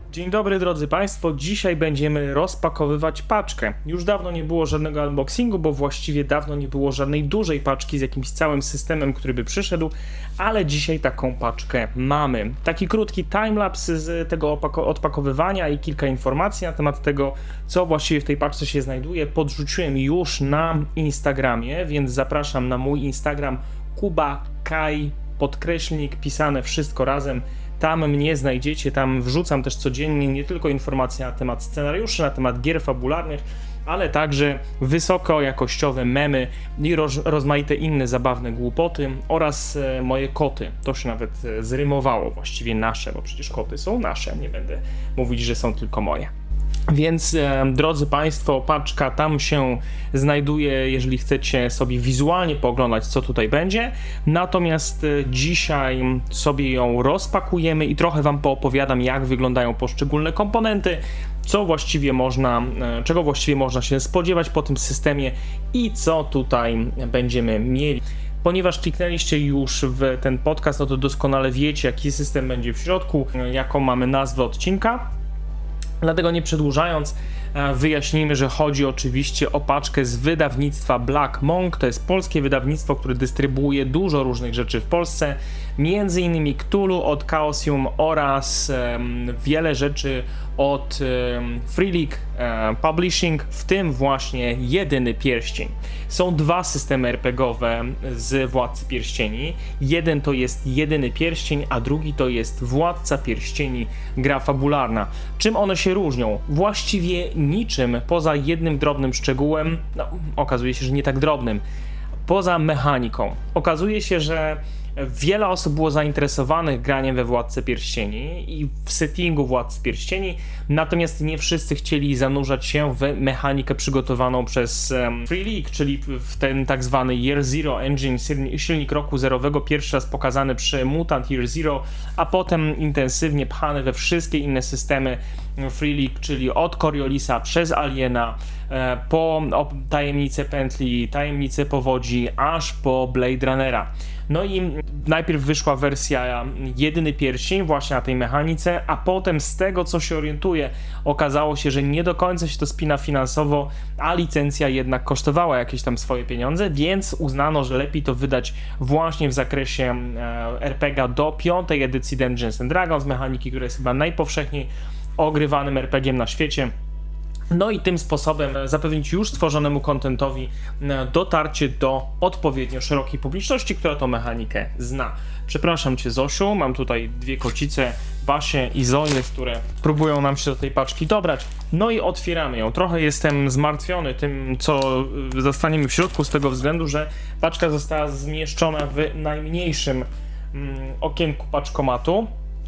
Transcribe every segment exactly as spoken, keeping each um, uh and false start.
Dzień dobry drodzy Państwo, dzisiaj będziemy rozpakowywać paczkę. Już dawno nie było żadnego unboxingu, bo właściwie dawno nie było żadnej dużej paczki z jakimś całym systemem, który by przyszedł, ale dzisiaj taką paczkę mamy. Taki krótki timelapse z tego odpakowywania i kilka informacji na temat tego, co właściwie w tej paczce się znajduje, podrzuciłem już na Instagramie, więc zapraszam na mój Instagram kubakaj, podkreślnik, pisane wszystko razem. Tam mnie znajdziecie, tam wrzucam też codziennie nie tylko informacje na temat scenariuszy, na temat gier fabularnych, ale także wysokojakościowe memy i roz, rozmaite inne zabawne głupoty oraz e, moje koty. To się nawet e, zrymowało, właściwie nasze, bo przecież koty są nasze, nie będę mówić, że są tylko moje. Więc e, drodzy Państwo, paczka tam się znajduje, jeżeli chcecie sobie wizualnie pooglądać, co tutaj będzie. Natomiast e, dzisiaj sobie ją rozpakujemy i trochę Wam poopowiadam, jak wyglądają poszczególne komponenty, co właściwie można, e, czego właściwie można się spodziewać po tym systemie i co tutaj będziemy mieli. Ponieważ kliknęliście już w ten podcast, no to doskonale wiecie, jaki system będzie w środku, jaką mamy nazwę odcinka. Dlatego nie przedłużając, wyjaśnijmy, że chodzi oczywiście o paczkę z wydawnictwa Black Monk. To jest polskie wydawnictwo, które dystrybuuje dużo różnych rzeczy w Polsce, między innymi Cthulhu od Chaosium oraz um, wiele rzeczy od um, Free League um, Publishing, w tym właśnie Jedyny Pierścień. Są dwa systemy er pe gie owe z Władcy Pierścieni. Jeden to jest Jedyny Pierścień, a drugi to jest Władca Pierścieni, gra fabularna. Czym one się różnią? Właściwie niczym, poza jednym drobnym szczegółem, no okazuje się, że nie tak drobnym, poza mechaniką. Okazuje się, że wiele osób było zainteresowanych graniem we Władcę Pierścieni i w settingu Władcy Pierścieni, natomiast nie wszyscy chcieli zanurzać się w mechanikę przygotowaną przez um, Free League, czyli w ten tak zwany Year Zero Engine, silnik roku zerowego, pierwszy raz pokazany przy Mutant Year Zero, a potem intensywnie pchany we wszystkie inne systemy Free League, czyli od Coriolisa przez Aliena, e, po o, Tajemnicę Pętli, Tajemnicę Powodzi, aż po Blade Runnera. No i najpierw wyszła wersja Jedyny Pierścień właśnie na tej mechanice, a potem z tego, co się orientuję, okazało się, że nie do końca się to spina finansowo, a licencja jednak kosztowała jakieś tam swoje pieniądze, więc uznano, że lepiej to wydać właśnie w zakresie er pe gie do piątej edycji Dungeons and Dragons, mechaniki, która jest chyba najpowszechniej ogrywanym er pe gie em na świecie. No i tym sposobem zapewnić już stworzonemu kontentowi dotarcie do odpowiednio szerokiej publiczności, która tą mechanikę zna. Przepraszam Cię, Zosiu, mam tutaj dwie kocice, Basię i Zonię, które próbują nam się do tej paczki dobrać. No i otwieramy ją. Trochę jestem zmartwiony tym, co zostaniemy w środku, z tego względu, że paczka została zmieszczona w najmniejszym mm, okienku paczkomatu,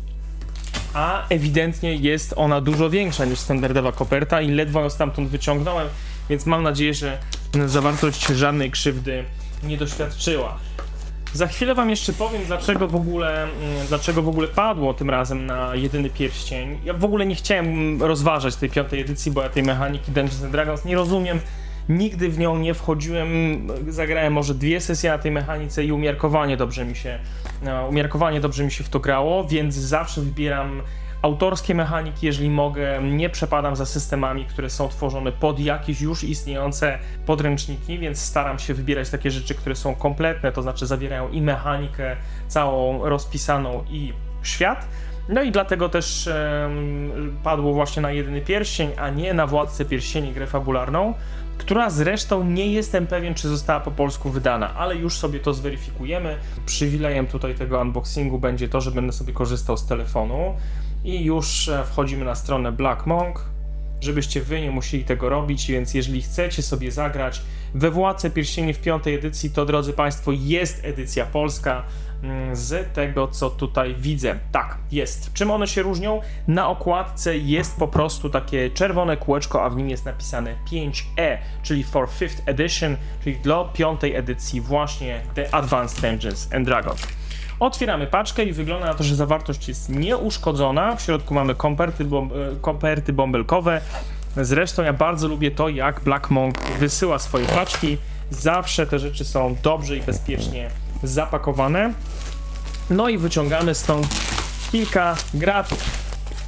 a ewidentnie jest ona dużo większa niż standardowa koperta i ledwo ją stamtąd wyciągnąłem, więc mam nadzieję, że zawartość żadnej krzywdy nie doświadczyła. Za chwilę Wam jeszcze powiem, dlaczego w ogóle, dlaczego w ogóle padło tym razem na Jedyny Pierścień. Ja w ogóle nie chciałem rozważać tej piątej edycji, bo ja tej mechaniki Dungeons and Dragons nie rozumiem. Nigdy w nią nie wchodziłem, zagrałem może dwie sesje na tej mechanice i umiarkowanie dobrze mi się, umiarkowanie dobrze mi się w to grało, więc zawsze wybieram autorskie mechaniki, jeżeli mogę. Nie przepadam za systemami, które są tworzone pod jakieś już istniejące podręczniki, więc staram się wybierać takie rzeczy, które są kompletne, to znaczy zawierają i mechanikę całą rozpisaną i świat. No i dlatego też um, padło właśnie na Jedyny Pierścień, a nie na Władcę Pierścieni, grę fabularną, która zresztą nie jestem pewien, czy została po polsku wydana, ale już sobie to zweryfikujemy. Przywilejem tutaj tego unboxingu będzie to, że będę sobie korzystał z telefonu i już wchodzimy na stronę Black Monk, żebyście wy nie musieli tego robić, więc jeżeli chcecie sobie zagrać we Władcę Pierścieni w piątej edycji, to drodzy Państwo, jest edycja polska z tego, co tutaj widzę. Tak, jest. Czym one się różnią? Na okładce jest po prostu takie czerwone kółeczko, a w nim jest napisane pięć E, czyli for fifth edition, czyli dla piątej edycji właśnie The Advanced Dungeons and Dragons. Otwieramy paczkę i wygląda na to, że zawartość jest nieuszkodzona. W środku mamy koperty, bom- koperty bąbelkowe. Zresztą ja bardzo lubię to, jak Black Monk wysyła swoje paczki. Zawsze te rzeczy są dobrze i bezpiecznie zapakowane. No i wyciągamy stąd kilka gratów.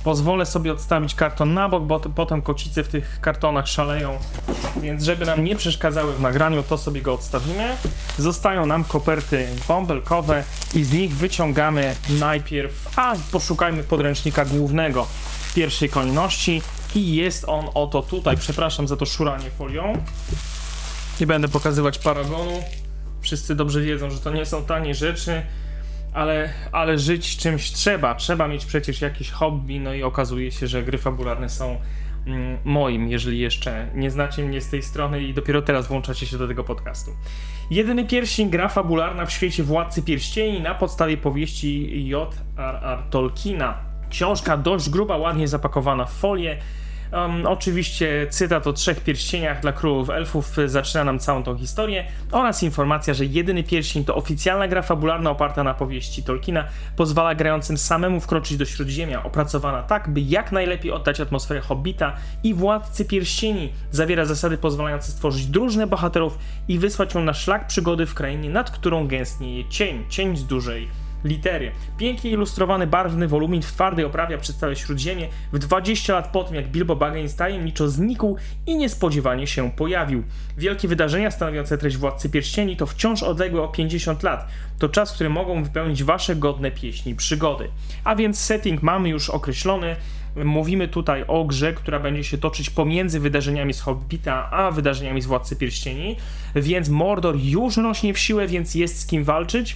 Pozwolę sobie odstawić karton na bok, bo potem kocice w tych kartonach szaleją, więc żeby nam nie przeszkadzały w nagraniu, to sobie go odstawimy. Zostają nam koperty bąbelkowe i z nich wyciągamy najpierw, a poszukajmy podręcznika głównego w pierwszej kolejności i jest on oto tutaj. Przepraszam za to szuranie folią. Nie będę pokazywać paragonu. Wszyscy dobrze wiedzą, że to nie są tanie rzeczy. Ale, ale żyć czymś trzeba, trzeba mieć przecież jakieś hobby, no i okazuje się, że gry fabularne są mm, moim, jeżeli jeszcze nie znacie mnie z tej strony i dopiero teraz włączacie się do tego podcastu. Jedyny pierścień, gra fabularna w świecie Władcy Pierścieni na podstawie powieści J R R Tolkiena. Książka dość gruba, ładnie zapakowana w folię. Um, oczywiście cytat o trzech pierścieniach dla królów elfów zaczyna nam całą tą historię oraz informacja, że jedyny pierścień to oficjalna gra fabularna oparta na powieści Tolkiena, pozwala grającym samemu wkroczyć do Śródziemia, opracowana tak, by jak najlepiej oddać atmosferę Hobbita i Władcy Pierścieni. Zawiera zasady pozwalające stworzyć drużynę bohaterów i wysłać ją na szlak przygody w krainie, nad którą gęstnieje cień, cień z dużej litery. Pięknie ilustrowany, barwny wolumin w twardej oprawie przedstawia Śródziemie w dwadzieścia lat po tym, jak Bilbo Baggins tajemniczo znikł i niespodziewanie się pojawił. Wielkie wydarzenia stanowiące treść Władcy Pierścieni to wciąż odległe o pięćdziesiąt lat. To czas, który mogą wypełnić wasze godne pieśni i przygody. A więc setting mamy już określony. Mówimy tutaj o grze, która będzie się toczyć pomiędzy wydarzeniami z Hobbita a wydarzeniami z Władcy Pierścieni, więc Mordor już rośnie w siłę, więc jest z kim walczyć.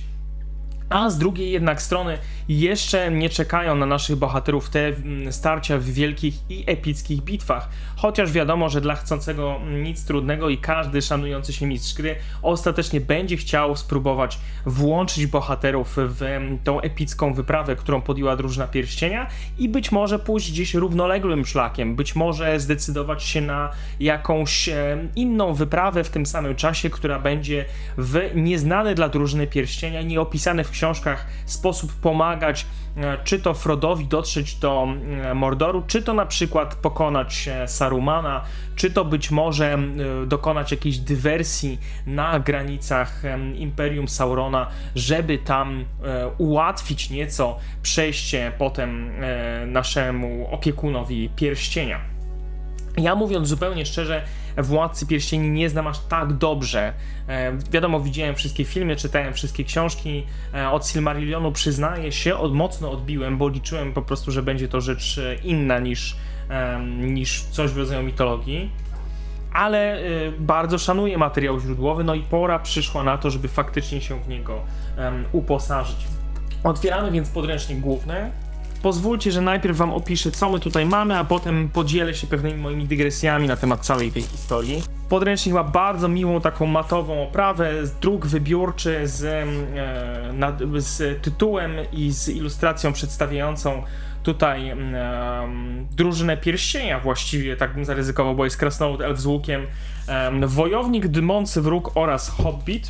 A z drugiej jednak strony jeszcze nie czekają na naszych bohaterów te starcia w wielkich i epickich bitwach. Chociaż wiadomo, że dla chcącego nic trudnego i każdy szanujący się mistrz gry ostatecznie będzie chciał spróbować włączyć bohaterów w tą epicką wyprawę, którą podjęła drużyna Pierścienia i być może pójść gdzieś równoległym szlakiem, być może zdecydować się na jakąś inną wyprawę w tym samym czasie, która będzie w nieznany dla drużyny Pierścienia, nieopisany w książkach sposób pomagać czy to Frodowi dotrzeć do Mordoru, czy to na przykład pokonać Sarumana, czy to być może dokonać jakiejś dywersji na granicach Imperium Saurona, żeby tam ułatwić nieco przejście potem naszemu opiekunowi pierścienia. Ja mówiąc zupełnie szczerze, Władcy Pierścieni nie znam aż tak dobrze. E, wiadomo, widziałem wszystkie filmy, czytałem wszystkie książki. E, od Silmarillionu przyznaję się, od, mocno odbiłem, bo liczyłem po prostu, że będzie to rzecz inna niż, e, niż coś w rodzaju mitologii. Ale e, bardzo szanuję materiał źródłowy, no i pora przyszła na to, żeby faktycznie się w niego e, uposażyć. Otwieramy więc podręcznik główny. Pozwólcie, że najpierw wam opiszę, co my tutaj mamy, a potem podzielę się pewnymi moimi dygresjami na temat całej tej historii. Podręcznik ma bardzo miłą, taką matową oprawę, druk wybiórczy z, e, nad, z tytułem i z ilustracją przedstawiającą tutaj e, drużynę Pierścienia właściwie, tak bym zaryzykował, bo jest krasnolud, elf z łukiem, e, wojownik, dymący wróg oraz hobbit.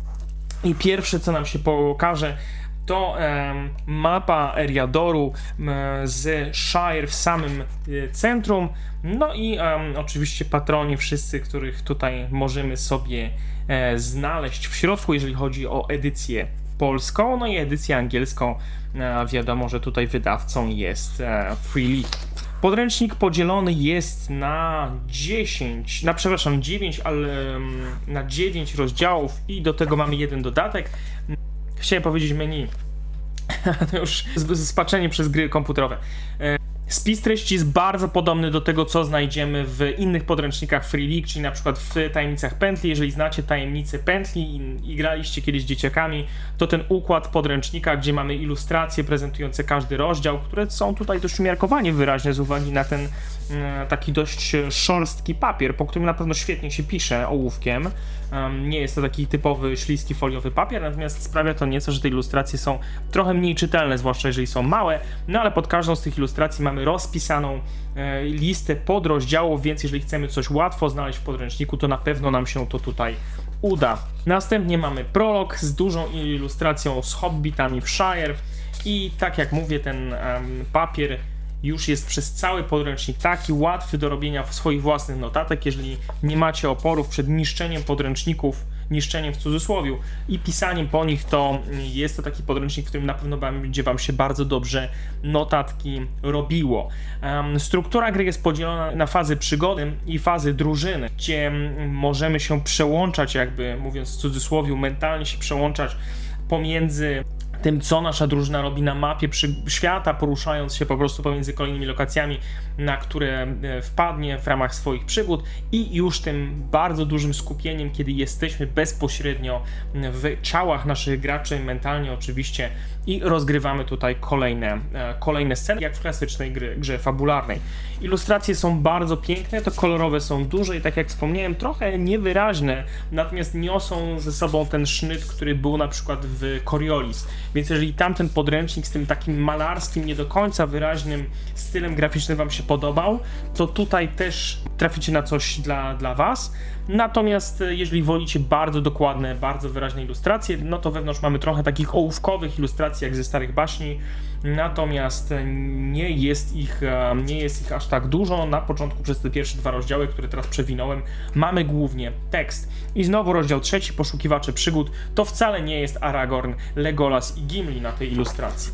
I pierwsze, co nam się pokaże, to um, mapa Eriadoru um, z Shire w samym y, centrum, no i um, oczywiście patroni wszyscy, których tutaj możemy sobie e, znaleźć w środku, jeżeli chodzi o edycję polską, no i edycję angielską, e, wiadomo, że tutaj wydawcą jest e, Free League. Podręcznik podzielony jest na dziesięć, na przepraszam dziewięć, ale um, na dziewięć rozdziałów i do tego mamy jeden dodatek. Chciałem powiedzieć menu, to już spaczenie przez gry komputerowe. Spis treści jest bardzo podobny do tego, co znajdziemy w innych podręcznikach Free League, czyli na przykład w Tajemnicach Pętli. Jeżeli znacie Tajemnice Pętli i, i graliście kiedyś z dzieciakami, to ten układ podręcznika, gdzie mamy ilustracje prezentujące każdy rozdział, które są tutaj dość umiarkowanie wyraźne z uwagi na ten e, taki dość szorstki papier, po którym na pewno świetnie się pisze ołówkiem. Um, nie jest to taki typowy śliski foliowy papier, natomiast sprawia to nieco, że te ilustracje są trochę mniej czytelne, zwłaszcza jeżeli są małe, no ale pod każdą z tych ilustracji mamy rozpisaną e, listę podrozdziałów, więc jeżeli chcemy coś łatwo znaleźć w podręczniku, to na pewno nam się to tutaj uda. Następnie mamy prolog z dużą ilustracją z hobbitami w Shire i tak jak mówię, ten um, papier już jest przez cały podręcznik taki łatwy do robienia swoich własnych notatek. Jeżeli nie macie oporów przed niszczeniem podręczników niszczeniem w cudzysłowie i pisaniem po nich, to jest to taki podręcznik, w którym na pewno będzie Wam się bardzo dobrze notatki robiło. Um, struktura gry jest podzielona na fazy przygody i fazy drużyny, gdzie możemy się przełączać, jakby mówiąc w cudzysłowie, mentalnie się przełączać pomiędzy tym, co nasza drużyna robi na mapie przy świata, poruszając się po prostu pomiędzy kolejnymi lokacjami, na które wpadnie w ramach swoich przygód, i już tym bardzo dużym skupieniem, kiedy jesteśmy bezpośrednio w ciałach naszych graczy, mentalnie oczywiście, i rozgrywamy tutaj kolejne, kolejne sceny, jak w klasycznej gry, grze fabularnej. Ilustracje są bardzo piękne, to kolorowe są duże i tak jak wspomniałem, trochę niewyraźne, natomiast niosą ze sobą ten sznyt, który był na przykład w Coriolis. Więc jeżeli tamten podręcznik z tym takim malarskim, nie do końca wyraźnym stylem graficznym Wam się podobał, to tutaj też traficie na coś dla, dla Was. Natomiast jeżeli wolicie bardzo dokładne, bardzo wyraźne ilustracje, no to wewnątrz mamy trochę takich ołówkowych ilustracji jak ze starych baśni, natomiast nie jest ich, nie jest ich aż tak dużo. Na początku przez te pierwsze dwa rozdziały, które teraz przewinąłem, mamy głównie tekst. I znowu rozdział trzeci, poszukiwacze przygód, to wcale nie jest Aragorn, Legolas i Gimli na tej ilustracji.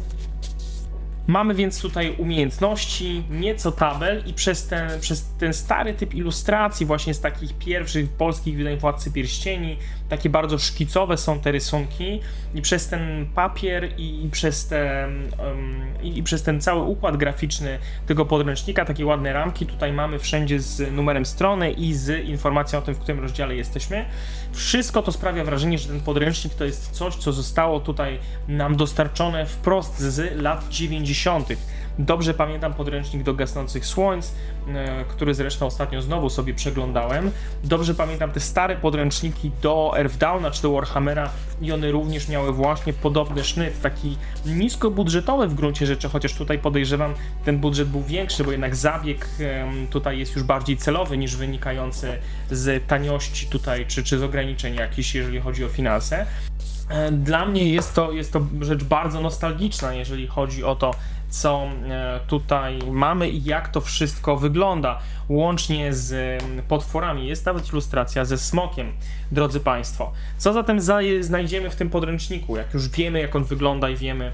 Mamy więc tutaj umiejętności, nieco tabel, i przez ten, przez ten stary typ ilustracji, właśnie z takich pierwszych polskich wydań Władcy Pierścieni, takie bardzo szkicowe są te rysunki, i przez ten papier i przez, te, um, i przez ten cały układ graficzny tego podręcznika, takie ładne ramki tutaj mamy wszędzie z numerem strony i z informacją o tym, w którym rozdziale jesteśmy. Wszystko to sprawia wrażenie, że ten podręcznik to jest coś, co zostało tutaj nam dostarczone wprost z lat dziewięćdziesiątych. Dobrze pamiętam podręcznik do Gasnących Słońc, e, który zresztą ostatnio znowu sobie przeglądałem. Dobrze pamiętam te stare podręczniki do Earthdowna czy do Warhammera, i one również miały właśnie podobny sznyt, taki niskobudżetowy w gruncie rzeczy, chociaż tutaj podejrzewam, ten budżet był większy, bo jednak zabieg e, tutaj jest już bardziej celowy niż wynikający z taniości tutaj, czy, czy z ograniczeń jakichś, jeżeli chodzi o finanse. Dla mnie jest to, jest to rzecz bardzo nostalgiczna, jeżeli chodzi o to, co tutaj mamy i jak to wszystko wygląda, łącznie z potworami. Jest nawet ilustracja ze smokiem, drodzy Państwo. Co zatem znajdziemy w tym podręczniku, jak już wiemy, jak on wygląda i wiemy,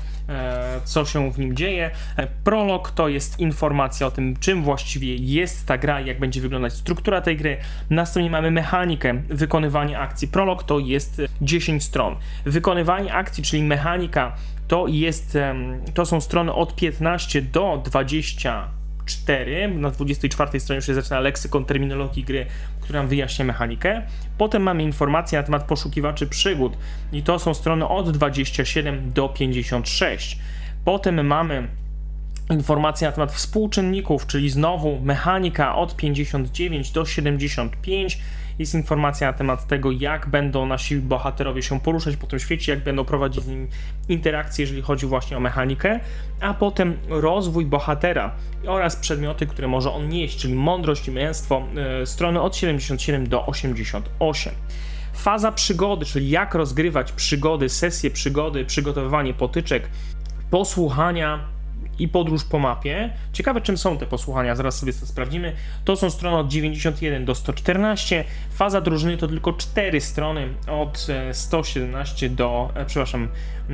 co się w nim dzieje? Prolog to jest informacja o tym, czym właściwie jest ta gra i jak będzie wyglądać struktura tej gry. Następnie mamy mechanikę wykonywania akcji. Prolog to jest dziesięć stron. Wykonywanie akcji, czyli mechanika, to jest, to są strony od piętnaście do dwudziestu cztery. Na dwudziestej czwartej stronie już się zaczyna leksykon terminologii gry, która nam wyjaśnia mechanikę. Potem mamy informacje na temat poszukiwaczy przygód i to są strony od dwudziestu siedmiu do pięćdziesięciu sześciu. Potem mamy informacje na temat współczynników, czyli znowu mechanika od pięćdziesiąt dziewięć do siedemdziesiąt pięć. Jest informacja na temat tego, jak będą nasi bohaterowie się poruszać po tym świecie, jak będą prowadzić z nim interakcje, jeżeli chodzi właśnie o mechanikę, a potem rozwój bohatera oraz przedmioty, które może on nieść, czyli mądrość i męstwo, yy, strony od siedemdziesiąt siedem do osiemdziesiąt osiem. Faza przygody, czyli jak rozgrywać przygody, sesje przygody, przygotowywanie potyczek, posłuchania i podróż po mapie. Ciekawe, czym są te posłuchania, zaraz sobie to sprawdzimy. To są strony od dziewięćdziesiąt jeden do stu czternastu. Faza drużyny to tylko cztery strony, od stu siedemnastu do, e, przepraszam,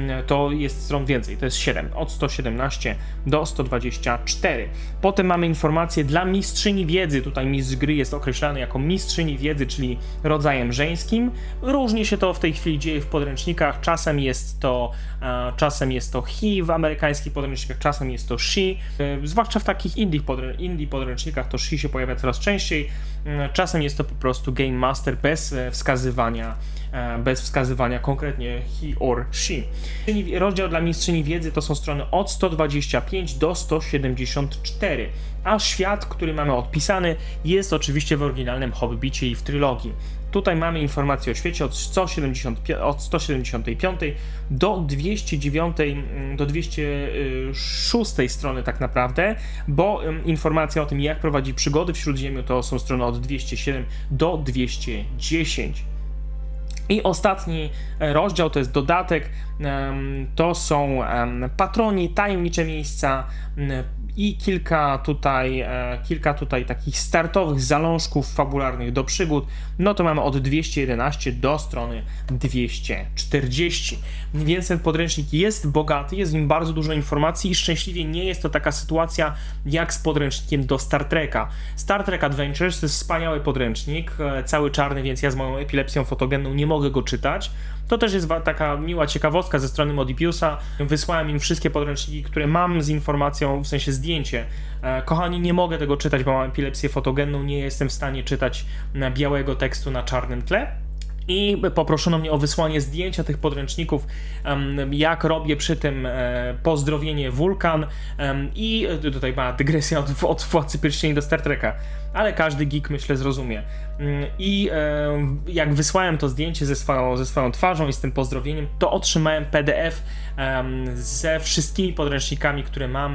to jest stron więcej, to jest siedem, od stu siedemnastu do stu dwudziestu czterech. Potem mamy informacje dla mistrzyni wiedzy. Tutaj mistrz gry jest określany jako mistrzyni wiedzy, czyli rodzajem żeńskim. Różnie się to w tej chwili dzieje w podręcznikach. Czasem jest to, e, czasem jest to he w amerykańskich podręcznikach, czasem jest to she. E, zwłaszcza w takich indie, podrę indie podręcznikach to she się pojawia coraz częściej. E, czasem jest to po prostu game master bez e, wskazywania, e, bez wskazywania konkretnie he or she. Rozdział dla mistrzyni wiedzy to są strony od stu dwudziestu pięciu do stu siedemdziesięciu czterech, a świat, który mamy odpisany, jest oczywiście w oryginalnym Hobbicie i w trylogii. Tutaj mamy informacje o świecie od stu siedemdziesiątej piątej do dwieście dziewiątej, do dwieście szóstej strony tak naprawdę, bo informacja o tym, jak prowadzi przygody w Śródziemiu, to są strony od dwieście siedem do dwieście dziesięć. I ostatni rozdział to jest dodatek, to są patroni, tajemnicze miejsca i kilka tutaj, e, kilka tutaj takich startowych zalążków fabularnych do przygód, no to mamy od dwieście jedenaście do strony dwieście czterdzieści. Więc ten podręcznik jest bogaty, jest w nim bardzo dużo informacji i szczęśliwie nie jest to taka sytuacja jak z podręcznikiem do Star Treka. Star Trek Adventures to jest wspaniały podręcznik, e, cały czarny, więc ja z moją epilepsją fotogenną nie mogę go czytać. To też jest taka miła ciekawostka ze strony Modipiusa. Wysłałem im wszystkie podręczniki, które mam z informacją, w sensie zdjęcie. E, kochani, nie mogę tego czytać, bo mam epilepsję fotogenną, nie jestem w stanie czytać białego tekstu na czarnym tle. I poproszono mnie o wysłanie zdjęcia tych podręczników, jak robię przy tym pozdrowienie Wulkan i tutaj ma dygresja od, od Władcy Pierścieni do Star Treka, ale każdy geek myślę zrozumie. I jak wysłałem to zdjęcie ze swoją, ze swoją twarzą i z tym pozdrowieniem, to otrzymałem P D F ze wszystkimi podręcznikami, które mam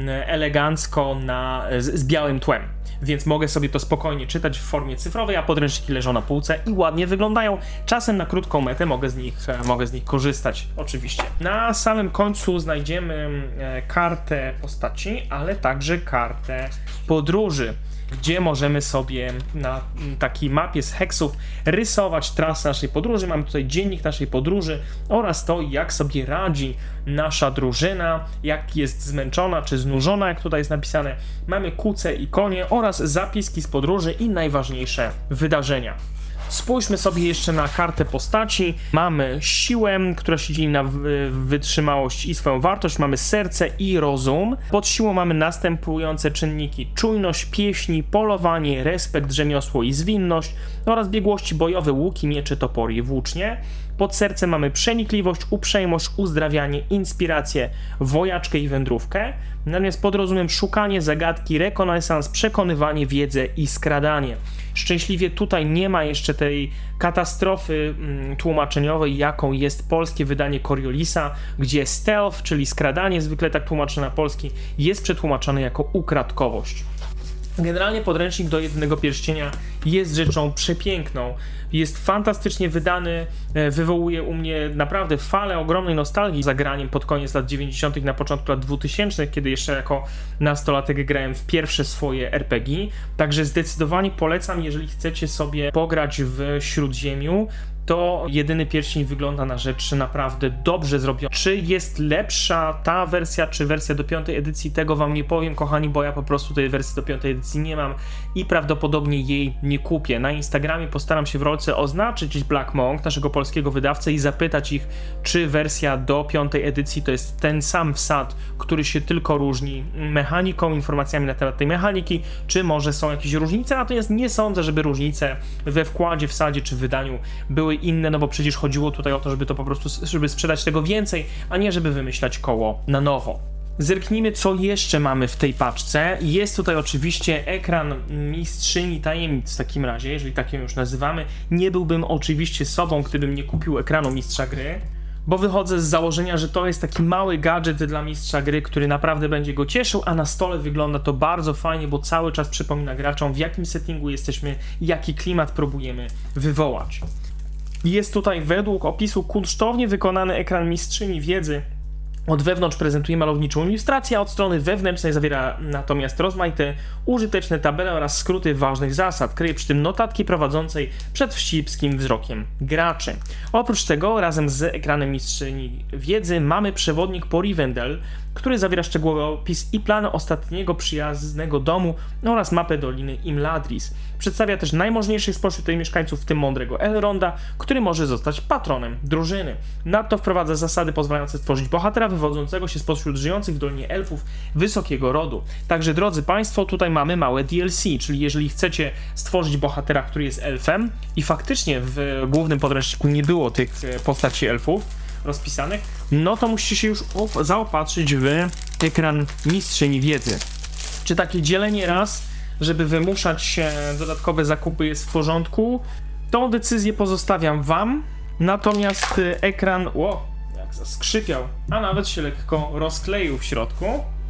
elegancko na, z, z białym tłem. Więc mogę sobie to spokojnie czytać w formie cyfrowej, a podręczniki leżą na półce i ładnie wyglądają. Czasem na krótką metę mogę z nich, mogę z nich korzystać, oczywiście. Na samym końcu znajdziemy kartę postaci, ale także kartę podróży, gdzie możemy sobie na takiej mapie z heksów rysować trasę naszej podróży. Mamy tutaj dziennik naszej podróży oraz to, jak sobie radzi nasza drużyna, jak jest zmęczona czy znużona, jak tutaj jest napisane. Mamy kuce i konie oraz zapiski z podróży i najważniejsze wydarzenia. Spójrzmy sobie jeszcze na kartę postaci. Mamy siłę, która się dzieli na wytrzymałość i swoją wartość. Mamy serce i rozum. Pod siłą mamy następujące czynniki: czujność, pieśni, polowanie, respekt, rzemiosło i zwinność oraz biegłości bojowe, łuki, miecze, topory i włócznie. Pod sercem mamy przenikliwość, uprzejmość, uzdrawianie, inspirację, wojaczkę i wędrówkę. Natomiast pod rozumem szukanie, zagadki, rekonesans, przekonywanie, wiedzę i skradanie. Szczęśliwie tutaj nie ma jeszcze tej katastrofy mm, tłumaczeniowej, jaką jest polskie wydanie Coriolisa, gdzie stealth, czyli skradanie, zwykle tak tłumaczone na polski, jest przetłumaczone jako ukradkowość. Generalnie podręcznik do Jednego Pierścienia jest rzeczą przepiękną, jest fantastycznie wydany, wywołuje u mnie naprawdę falę ogromnej nostalgii za graniem pod koniec lat dziewięćdziesiątych, na początku lat dwutysięcznych, kiedy jeszcze jako nastolatek grałem w pierwsze swoje R P G, także zdecydowanie polecam, jeżeli chcecie sobie pograć w Śródziemiu, to Jedyny Pierścień wygląda na rzecz naprawdę dobrze zrobiona. Czy jest lepsza ta wersja, czy wersja do piątej edycji, tego wam nie powiem, kochani, bo ja po prostu tej wersji do piątej edycji nie mam i prawdopodobnie jej nie kupię. Na Instagramie postaram się w rolce oznaczyć Black Monk, naszego polskiego wydawcę, i zapytać ich, czy wersja do piątej edycji to jest ten sam wsad, który się tylko różni mechaniką, informacjami na temat tej mechaniki, czy może są jakieś różnice, natomiast nie sądzę, żeby różnice we wkładzie, wsadzie czy wydaniu były inne, no bo przecież chodziło tutaj o to, żeby to po prostu, żeby sprzedać tego więcej, a nie żeby wymyślać koło na nowo. Zerknijmy, co jeszcze mamy w tej paczce. Jest tutaj oczywiście ekran Mistrzyni Tajemnic w takim razie, jeżeli tak ją już nazywamy. Nie byłbym oczywiście sobą, gdybym nie kupił ekranu Mistrza Gry, bo wychodzę z założenia, że to jest taki mały gadżet dla Mistrza Gry, który naprawdę będzie go cieszył, a na stole wygląda to bardzo fajnie, bo cały czas przypomina graczom, w jakim settingu jesteśmy, jaki klimat próbujemy wywołać. Jest tutaj według opisu kunsztownie wykonany ekran Mistrzyni Wiedzy. Od wewnątrz prezentuje malowniczą ilustrację, a od strony wewnętrznej zawiera natomiast rozmaite użyteczne tabele oraz skróty ważnych zasad. Kryje przy tym notatki prowadzącej przed wścibskim wzrokiem graczy. Oprócz tego razem z ekranem Mistrzyni Wiedzy mamy przewodnik po Rivendell, który zawiera szczegółowy opis i plany ostatniego przyjaznego domu oraz mapę Doliny Imladris. Przedstawia też najmożniejszych spośród tych mieszkańców, w tym mądrego Elronda, który może zostać patronem drużyny. Nadto wprowadza zasady pozwalające stworzyć bohatera wywodzącego się spośród żyjących w Dolinie Elfów wysokiego rodu. Także, drodzy Państwo, tutaj mamy małe D L C, czyli jeżeli chcecie stworzyć bohatera, który jest elfem, i faktycznie w głównym podręczniku nie było tych postaci elfów rozpisanych, no to musicie się już zaopatrzyć w ekran Mistrzyni Wiedzy. Czy takie dzielenie raz, żeby wymuszać dodatkowe zakupy, jest w porządku? Tą decyzję pozostawiam wam, natomiast ekran, o, jak zaskrzypiał, a nawet się lekko rozkleił w środku,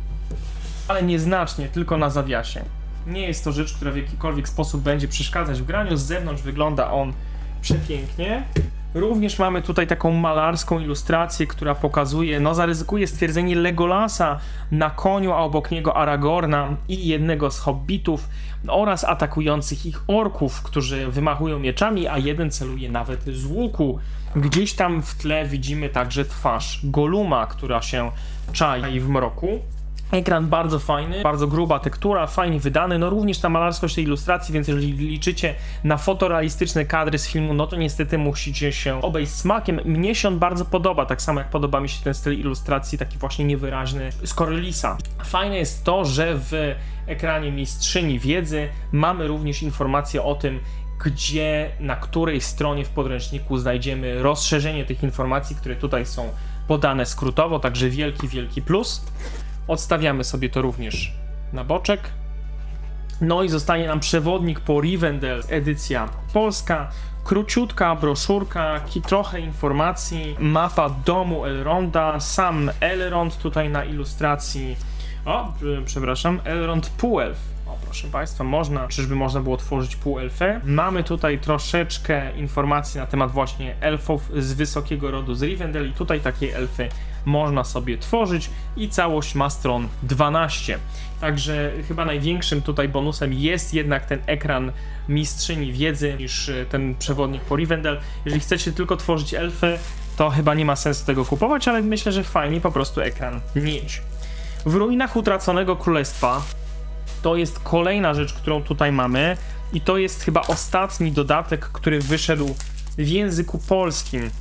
ale nieznacznie, tylko na zawiasie. Nie jest to rzecz, która w jakikolwiek sposób będzie przeszkadzać w graniu. Z zewnątrz wygląda on przepięknie. Również mamy tutaj taką malarską ilustrację, która pokazuje, no zaryzykuje stwierdzenie Legolasa na koniu, a obok niego Aragorna i jednego z hobbitów oraz atakujących ich orków, którzy wymachują mieczami, a jeden celuje nawet z łuku. Gdzieś tam w tle widzimy także twarz Goluma, która się czai w mroku. Ekran bardzo fajny, bardzo gruba tektura, fajnie wydany, no również ta malarskość tej ilustracji, więc jeżeli liczycie na fotorealistyczne kadry z filmu, no to niestety musicie się obejść smakiem. Mnie się on bardzo podoba, tak samo jak podoba mi się ten styl ilustracji, taki właśnie niewyraźny z Corellisa. Fajne jest to, że w ekranie Mistrzyni Wiedzy mamy również informacje o tym, gdzie, na której stronie w podręczniku znajdziemy rozszerzenie tych informacji, które tutaj są podane skrótowo, także wielki, wielki plus. Odstawiamy sobie to również na boczek. No i zostanie nam przewodnik po Rivendell, edycja polska. Króciutka broszurka, trochę informacji, mapa domu Elronda, sam Elrond tutaj na ilustracji. O, przepraszam, Elrond półelf. O, proszę Państwa, można, czyżby można było tworzyć półelfę. Mamy tutaj troszeczkę informacji na temat właśnie elfów z wysokiego rodu z Rivendell i tutaj takie elfy można sobie tworzyć i całość ma stron dwanaście. Także chyba największym tutaj bonusem jest jednak ten ekran Mistrzyni Wiedzy niż ten przewodnik po Rivendell. Jeżeli chcecie tylko tworzyć elfy, to chyba nie ma sensu tego kupować, ale myślę, że fajnie po prostu ekran mieć. W ruinach utraconego królestwa to jest kolejna rzecz, którą tutaj mamy i to jest chyba ostatni dodatek, który wyszedł w języku polskim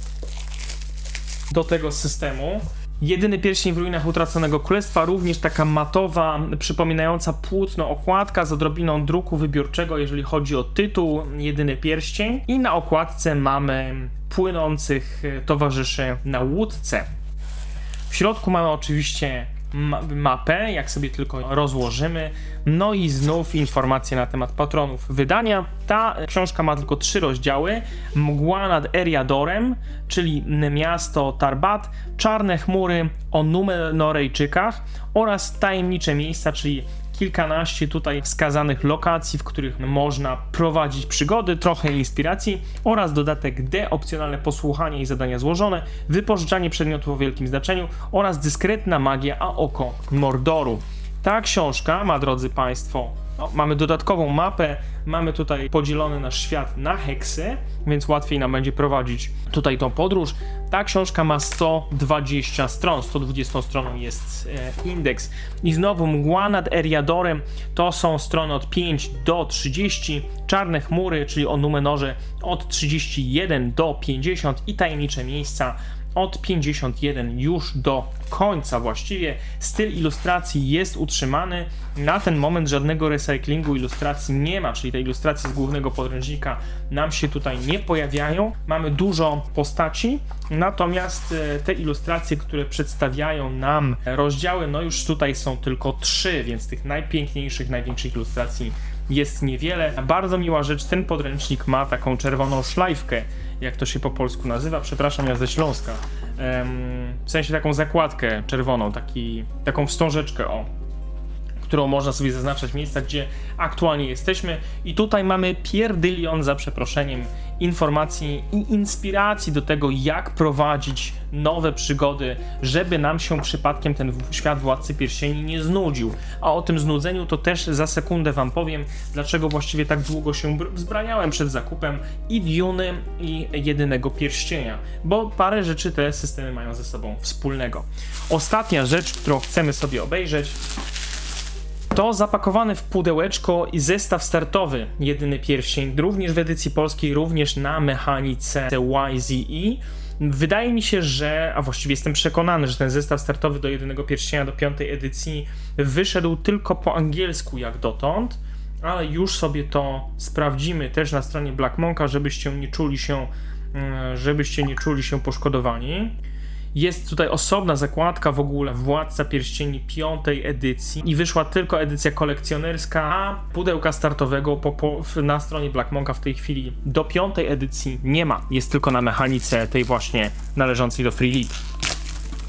do tego systemu. Jedyny pierścień w ruinach utraconego królestwa, również taka matowa, przypominająca płótno okładka z odrobiną druku wybiórczego, jeżeli chodzi o tytuł Jedyny pierścień. I na okładce mamy płynących towarzyszy na łódce. W środku mamy oczywiście ma mapę, jak sobie tylko rozłożymy, no i znów informacje na temat patronów wydania. Ta książka ma tylko trzy rozdziały: Mgła nad Eriadorem, czyli miasto Tarbat, Czarne chmury o Númenorejczykach oraz Tajemnicze miejsca, czyli kilkanaście tutaj wskazanych lokacji, w których można prowadzić przygody, trochę inspiracji oraz dodatek D, opcjonalne posłuchanie i zadania złożone, wypożyczanie przedmiotów o wielkim znaczeniu oraz dyskretna magia a oko Mordoru. Ta książka ma, drodzy Państwo, no, mamy dodatkową mapę, mamy tutaj podzielony nasz świat na heksy, więc łatwiej nam będzie prowadzić tutaj tą podróż. Ta książka ma sto dwadzieścia stron, sto dwudziestą stroną jest e, indeks. I znowu Mgła nad Eriadorem to są strony od pięć do trzydziestu, Czarne chmury, czyli o Númenorze od trzydziestu jeden do pięćdziesięciu i Tajemnicze miejsca od pięćdziesiąt jeden już do końca właściwie. Styl ilustracji jest utrzymany. Na ten moment żadnego recyklingu ilustracji nie ma, czyli te ilustracje z głównego podręcznika nam się tutaj nie pojawiają. Mamy dużo postaci, natomiast te ilustracje, które przedstawiają nam rozdziały, no już tutaj są tylko trzy, więc tych najpiękniejszych, największych ilustracji jest niewiele. Bardzo miła rzecz, ten podręcznik ma taką czerwoną szlajfkę, jak to się po polsku nazywa, przepraszam, ja ze Śląska. Ehm, w sensie taką zakładkę czerwoną, taki, taką wstążeczkę, o, którą można sobie zaznaczać miejsca, gdzie aktualnie jesteśmy. I tutaj mamy pierdylion, za przeproszeniem, informacji i inspiracji do tego, jak prowadzić nowe przygody, żeby nam się przypadkiem ten świat Władcy Pierścieni nie znudził. A o tym znudzeniu to też za sekundę wam powiem, dlaczego właściwie tak długo się zbraniałem przed zakupem i Duny, i Jedynego Pierścienia, bo parę rzeczy te systemy mają ze sobą wspólnego. Ostatnia rzecz, którą chcemy sobie obejrzeć, to zapakowany w pudełeczko i zestaw startowy Jedyny Pierścień, również w edycji polskiej, również na mechanice Y Z E. Wydaje mi się, że, a właściwie jestem przekonany, że ten zestaw startowy do Jedynego Pierścienia, do piątej edycji wyszedł tylko po angielsku jak dotąd, ale już sobie to sprawdzimy też na stronie Black Monka, żebyście nie czuli się, żebyście nie czuli się poszkodowani. Jest tutaj osobna zakładka w ogóle Władca Pierścieni piątej edycji i wyszła tylko edycja kolekcjonerska, a pudełka startowego po, po, na stronie Black Monka w tej chwili do piątej edycji nie ma. Jest tylko na mechanice tej właśnie należącej do Free League.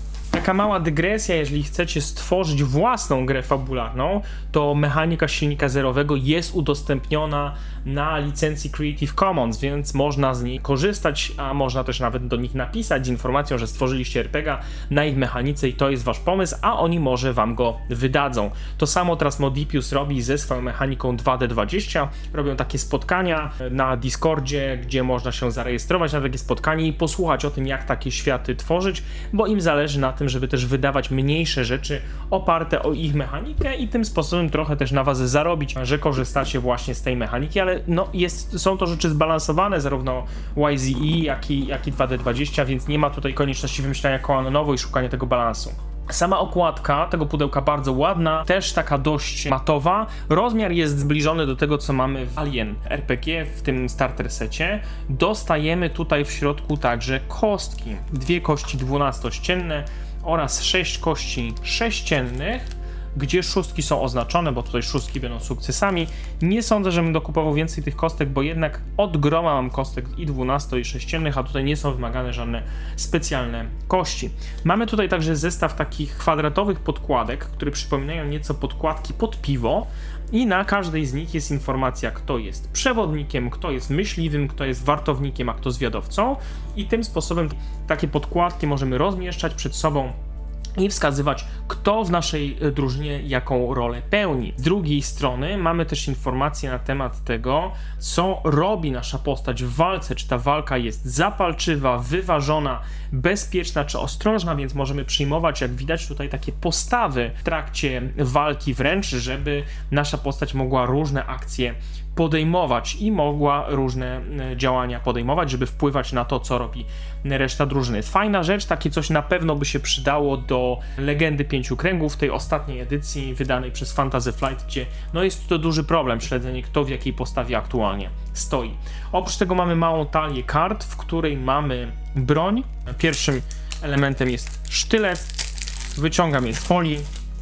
Taka mała dygresja, jeżeli chcecie stworzyć własną grę fabularną, to mechanika silnika zerowego jest udostępniona na licencji Creative Commons, więc można z niej korzystać, a można też nawet do nich napisać z informacją, że stworzyliście er pe gie na ich mechanice i to jest wasz pomysł, a oni może wam go wydadzą. To samo teraz Modipius robi ze swoją mechaniką dwa D dwadzieścia. Robią takie spotkania na Discordzie, gdzie można się zarejestrować na takie spotkanie i posłuchać o tym, jak takie światy tworzyć, bo im zależy na tym, żeby też wydawać mniejsze rzeczy oparte o ich mechanikę i tym sposobem trochę też na was zarobić, że korzystacie właśnie z tej mechaniki, ale no jest, są to rzeczy zbalansowane, zarówno Y Z E, jak i, jak i dwa D dwadzieścia, więc nie ma tutaj konieczności wymyślania koła na nowo i szukania tego balansu. Sama okładka tego pudełka bardzo ładna, też taka dość matowa. Rozmiar jest zbliżony do tego, co mamy w Alien er pe gie, w tym starter secie. Dostajemy tutaj w środku także kostki. Dwie kości dwunastościenne oraz sześć kości sześciennych, gdzie szóstki są oznaczone, bo tutaj szóstki będą sukcesami. Nie sądzę, żebym dokupował więcej tych kostek, bo jednak od groma mam kostek i dwunasto i sześciennych, a tutaj nie są wymagane żadne specjalne kości. Mamy tutaj także zestaw takich kwadratowych podkładek, które przypominają nieco podkładki pod piwo i na każdej z nich jest informacja, kto jest przewodnikiem, kto jest myśliwym, kto jest wartownikiem, a kto zwiadowcą i tym sposobem takie podkładki możemy rozmieszczać przed sobą i wskazywać, kto w naszej drużynie jaką rolę pełni. Z drugiej strony mamy też informacje na temat tego, co robi nasza postać w walce, czy ta walka jest zapalczywa, wyważona, bezpieczna czy ostrożna, więc możemy przyjmować, jak widać tutaj, takie postawy w trakcie walki wręcz, żeby nasza postać mogła różne akcje podejmować i mogła różne działania podejmować, żeby wpływać na to, co robi reszta drużyny. Fajna rzecz, takie coś na pewno by się przydało do Legendy Pięciu Kręgów, tej ostatniej edycji wydanej przez Fantasy Flight, gdzie no jest to duży problem, śledzenie kto w jakiej postawie aktualnie stoi. Oprócz tego mamy małą talię kart, w której mamy broń. Pierwszym elementem jest sztylet, wyciągam je z folii.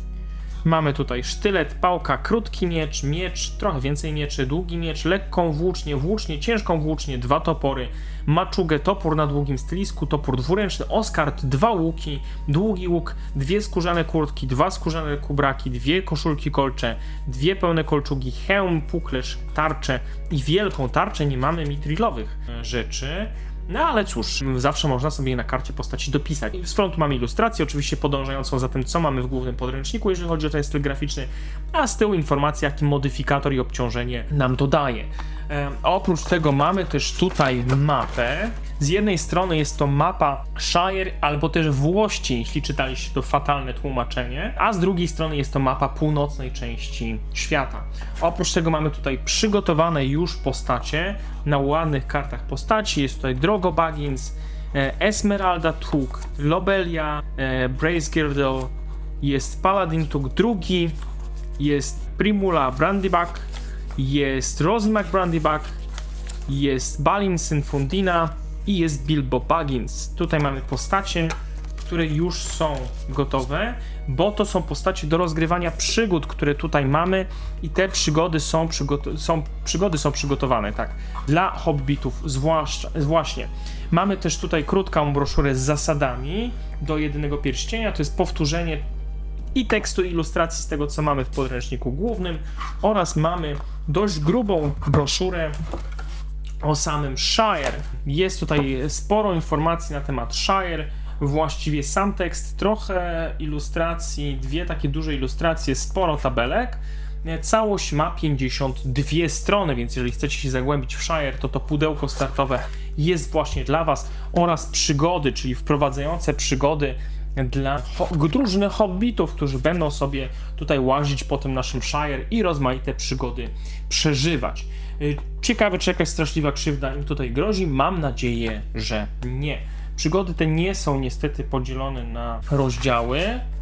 Mamy tutaj sztylet, pałka, krótki miecz, miecz, trochę więcej mieczy, długi miecz, lekką włócznię, włócznię, ciężką włócznię, dwa topory, maczugę, topór na długim stylisku, topór dwuręczny, oskard, dwa łuki, długi łuk, dwie skórzane kurtki, dwa skórzane kubraki, dwie koszulki kolcze, dwie pełne kolczugi, hełm, puklerz, tarczę i wielką tarczę. Nie mamy mitrillowych rzeczy. No ale cóż, zawsze można sobie na karcie postaci dopisać. Z frontu mamy ilustrację, oczywiście podążającą za tym, co mamy w głównym podręczniku, jeżeli chodzi o ten styl graficzny, a z tyłu informacja, jaki modyfikator i obciążenie nam dodaje. E, oprócz tego mamy też tutaj mapę. Z jednej strony jest to mapa Shire, albo też Włości, jeśli czytaliście to fatalne tłumaczenie, a z drugiej strony jest to mapa północnej części świata. Oprócz tego mamy tutaj przygotowane już postacie na ładnych kartach postaci. Jest tutaj Drogo Baggins, Esmeralda Tuk, Lobelia, Bracegirdle, jest Paladin Tuk drugi, jest Primula Brandybuck, jest Rosie McBrandybuck, jest Balin Sinfundina i jest Bilbo Baggins. Tutaj mamy postacie, które już są gotowe, bo to są postacie do rozgrywania przygód, które tutaj mamy i te przygody są, przygot- są, przygody są przygotowane, tak, dla hobbitów zwłaszcza, właśnie. Mamy też tutaj krótką broszurę z zasadami do Jedynego Pierścienia, to jest powtórzenie i tekstu, i ilustracji z tego, co mamy w podręczniku głównym, oraz mamy dość grubą broszurę o samym Shire. Jest tutaj sporo informacji na temat Shire, właściwie sam tekst, trochę ilustracji, dwie takie duże ilustracje, sporo tabelek. Całość ma pięćdziesiąt dwie strony, więc jeżeli chcecie się zagłębić w Shire, to to pudełko startowe jest właśnie dla was, oraz przygody, czyli wprowadzające przygody dla ho- drużyny hobbitów, którzy będą sobie tutaj łazić po tym naszym Shire i rozmaite przygody przeżywać. Ciekawe, czy jakaś straszliwa krzywda im tutaj grozi? Mam nadzieję, że nie. Przygody te nie są niestety podzielone na rozdziały,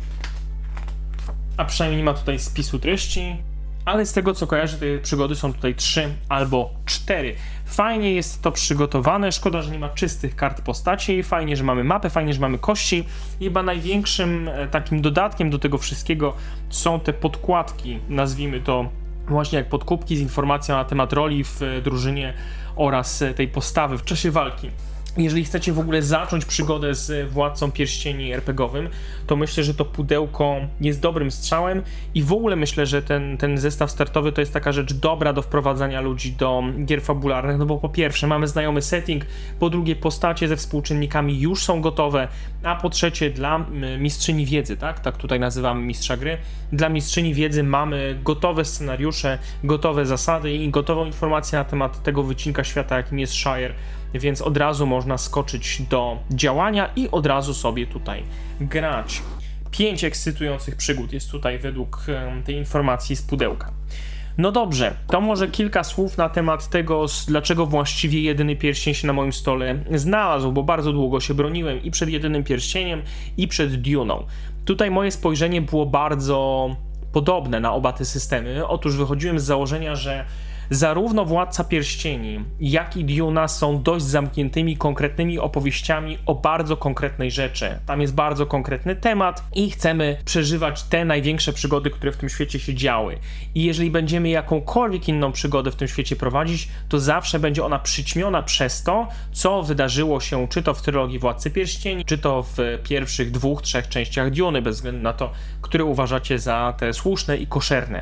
a przynajmniej nie ma tutaj spisu treści, ale z tego co kojarzę, te przygody są tutaj trzy albo cztery. Fajnie jest to przygotowane, szkoda, że nie ma czystych kart postaci, fajnie, że mamy mapę, fajnie, że mamy kości. Chyba największym takim dodatkiem do tego wszystkiego są te podkładki, nazwijmy to właśnie jak podkubki z informacją na temat roli w drużynie oraz tej postawy w czasie walki. Jeżeli chcecie w ogóle zacząć przygodę z Władcą Pierścieni er pe gie owym, to myślę, że to pudełko jest dobrym strzałem i w ogóle myślę, że ten, ten zestaw startowy to jest taka rzecz dobra do wprowadzania ludzi do gier fabularnych, no bo po pierwsze mamy znajomy setting, po drugie postacie ze współczynnikami już są gotowe, a po trzecie dla mistrzyni wiedzy, tak, tak tutaj nazywamy mistrza gry, dla mistrzyni wiedzy mamy gotowe scenariusze, gotowe zasady i gotową informację na temat tego wycinka świata, jakim jest Shire, więc od razu można skoczyć do działania i od razu sobie tutaj grać. Pięć ekscytujących przygód jest tutaj według tej informacji z pudełka. No dobrze, to może kilka słów na temat tego, dlaczego właściwie Jedyny Pierścień się na moim stole znalazł, bo bardzo długo się broniłem i przed Jedynym Pierścieniem, i przed Duną. Tutaj moje spojrzenie było bardzo podobne na oba te systemy. Otóż wychodziłem z założenia, że zarówno Władca Pierścieni, jak i Duna są dość zamkniętymi, konkretnymi opowieściami o bardzo konkretnej rzeczy. Tam jest bardzo konkretny temat i chcemy przeżywać te największe przygody, które w tym świecie się działy. I jeżeli będziemy jakąkolwiek inną przygodę w tym świecie prowadzić, to zawsze będzie ona przyćmiona przez to, co wydarzyło się czy to w trylogii Władcy Pierścieni, czy to w pierwszych dwóch, trzech częściach Duny, bez względu na to, które uważacie za te słuszne i koszerne.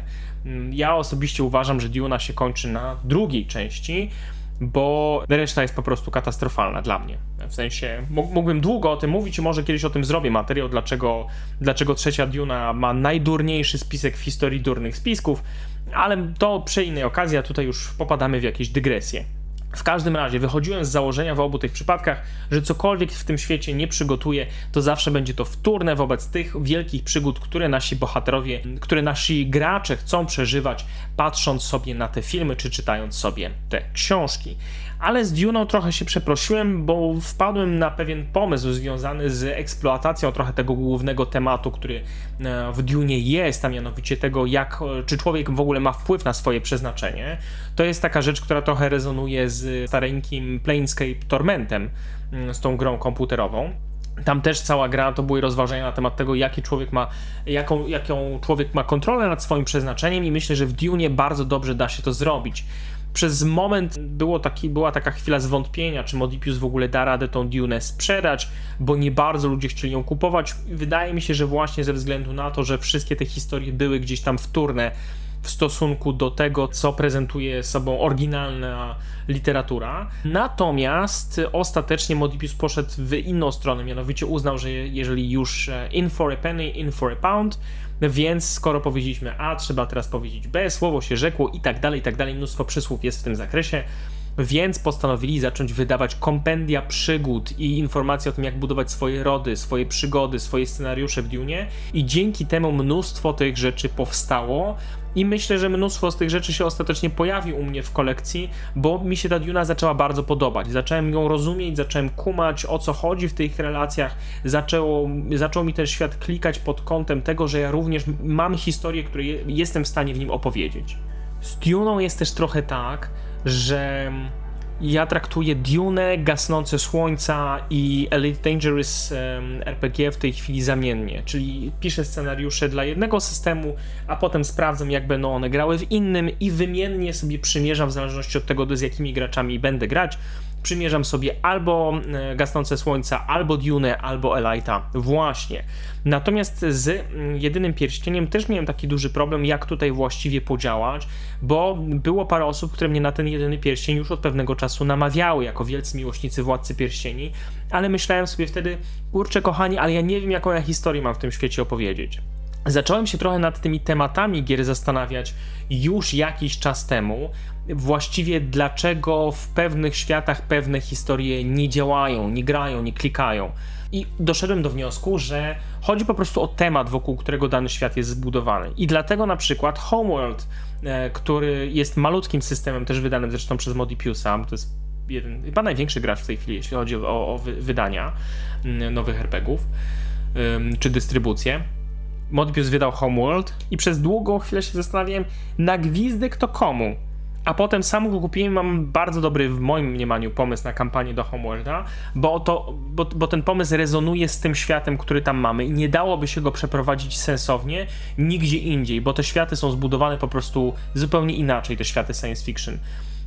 Ja osobiście uważam, że Duna się kończy na drugiej części, bo reszta jest po prostu katastrofalna dla mnie. W sensie, mógłbym długo o tym mówić i może kiedyś o tym zrobię materiał, dlaczego, dlaczego trzecia Duna ma najdurniejszy spisek w historii durnych spisków, ale to przy innej okazji, a tutaj już popadamy w jakieś dygresje. W każdym razie wychodziłem z założenia w obu tych przypadkach, że cokolwiek w tym świecie nie przygotuję, to zawsze będzie to wtórne wobec tych wielkich przygód, które nasi bohaterowie, które nasi gracze chcą przeżywać, patrząc sobie na te filmy, czy czytając sobie te książki. Ale z Duną trochę się przeprosiłem, bo wpadłem na pewien pomysł związany z eksploatacją trochę tego głównego tematu, który w Dunie jest, a mianowicie tego, jak, czy człowiek w ogóle ma wpływ na swoje przeznaczenie. To jest taka rzecz, która trochę rezonuje z stareńkim Planescape Tormentem, z tą grą komputerową. Tam też cała gra to były rozważania na temat tego, jaki człowiek ma, jaką, jaką człowiek ma kontrolę nad swoim przeznaczeniem i myślę, że w Dunie bardzo dobrze da się to zrobić. Przez moment było taki, była taka chwila zwątpienia, czy Modipius w ogóle da radę tą Dunę sprzedać, bo nie bardzo ludzie chcieli ją kupować. Wydaje mi się, że właśnie ze względu na to, że wszystkie te historie były gdzieś tam wtórne w stosunku do tego, co prezentuje sobą oryginalna literatura. Natomiast ostatecznie Modipius poszedł w inną stronę, mianowicie uznał, że jeżeli już in for a penny, in for a pound, więc skoro powiedzieliśmy A, trzeba teraz powiedzieć B, słowo się rzekło i tak dalej, i tak dalej, mnóstwo przysłów jest w tym zakresie, więc postanowili zacząć wydawać kompendia przygód i informacje o tym, jak budować swoje rody, swoje przygody, swoje scenariusze w Dunie i dzięki temu mnóstwo tych rzeczy powstało i myślę, że mnóstwo z tych rzeczy się ostatecznie pojawi u mnie w kolekcji, bo mi się ta Duna zaczęła bardzo podobać. Zacząłem ją rozumieć, zacząłem kumać, o co chodzi w tych relacjach, zaczęło, zaczął mi ten świat klikać pod kątem tego, że ja również mam historię, którą jestem w stanie w nim opowiedzieć. Z Duną jest też trochę tak, że ja traktuję Dunę, Gasnące Słońca i Elite Dangerous um, er pe gie w tej chwili zamiennie, czyli piszę scenariusze dla jednego systemu, a potem sprawdzam, jak będą one grały w innym i wymiennie sobie przymierzam w zależności od tego, z jakimi graczami będę grać. Przymierzam sobie albo Gasnące Słońca, albo Dunę, albo Elite'a właśnie. Natomiast z Jedynym Pierścieniem też miałem taki duży problem, jak tutaj właściwie podziałać, bo było parę osób, które mnie na ten Jedyny Pierścień już od pewnego czasu namawiały, jako wielcy miłośnicy Władcy Pierścieni, ale myślałem sobie wtedy, kurczę kochani, ale ja nie wiem, jaką ja historię mam w tym świecie opowiedzieć. Zacząłem się trochę nad tymi tematami gier zastanawiać już jakiś czas temu, właściwie dlaczego w pewnych światach pewne historie nie działają, nie grają, nie klikają. I doszedłem do wniosku, że chodzi po prostu o temat, wokół którego dany świat jest zbudowany. I dlatego na przykład Homeworld, e, który jest malutkim systemem, też wydanym zresztą przez Modipiusa, to jest jeden, chyba największy gracz w tej chwili, jeśli chodzi o, o wy, wydania m, nowych er pe gie ów, ym, czy dystrybucję. Modipius wydał Homeworld i przez długą chwilę się zastanawiałem, na gwizdek to komu? A potem sam go kupiłem, mam bardzo dobry w moim mniemaniu pomysł na kampanię do Homeworlda, bo, to, bo, bo ten pomysł rezonuje z tym światem, który tam mamy i nie dałoby się go przeprowadzić sensownie nigdzie indziej, bo te światy są zbudowane po prostu zupełnie inaczej, te światy science fiction.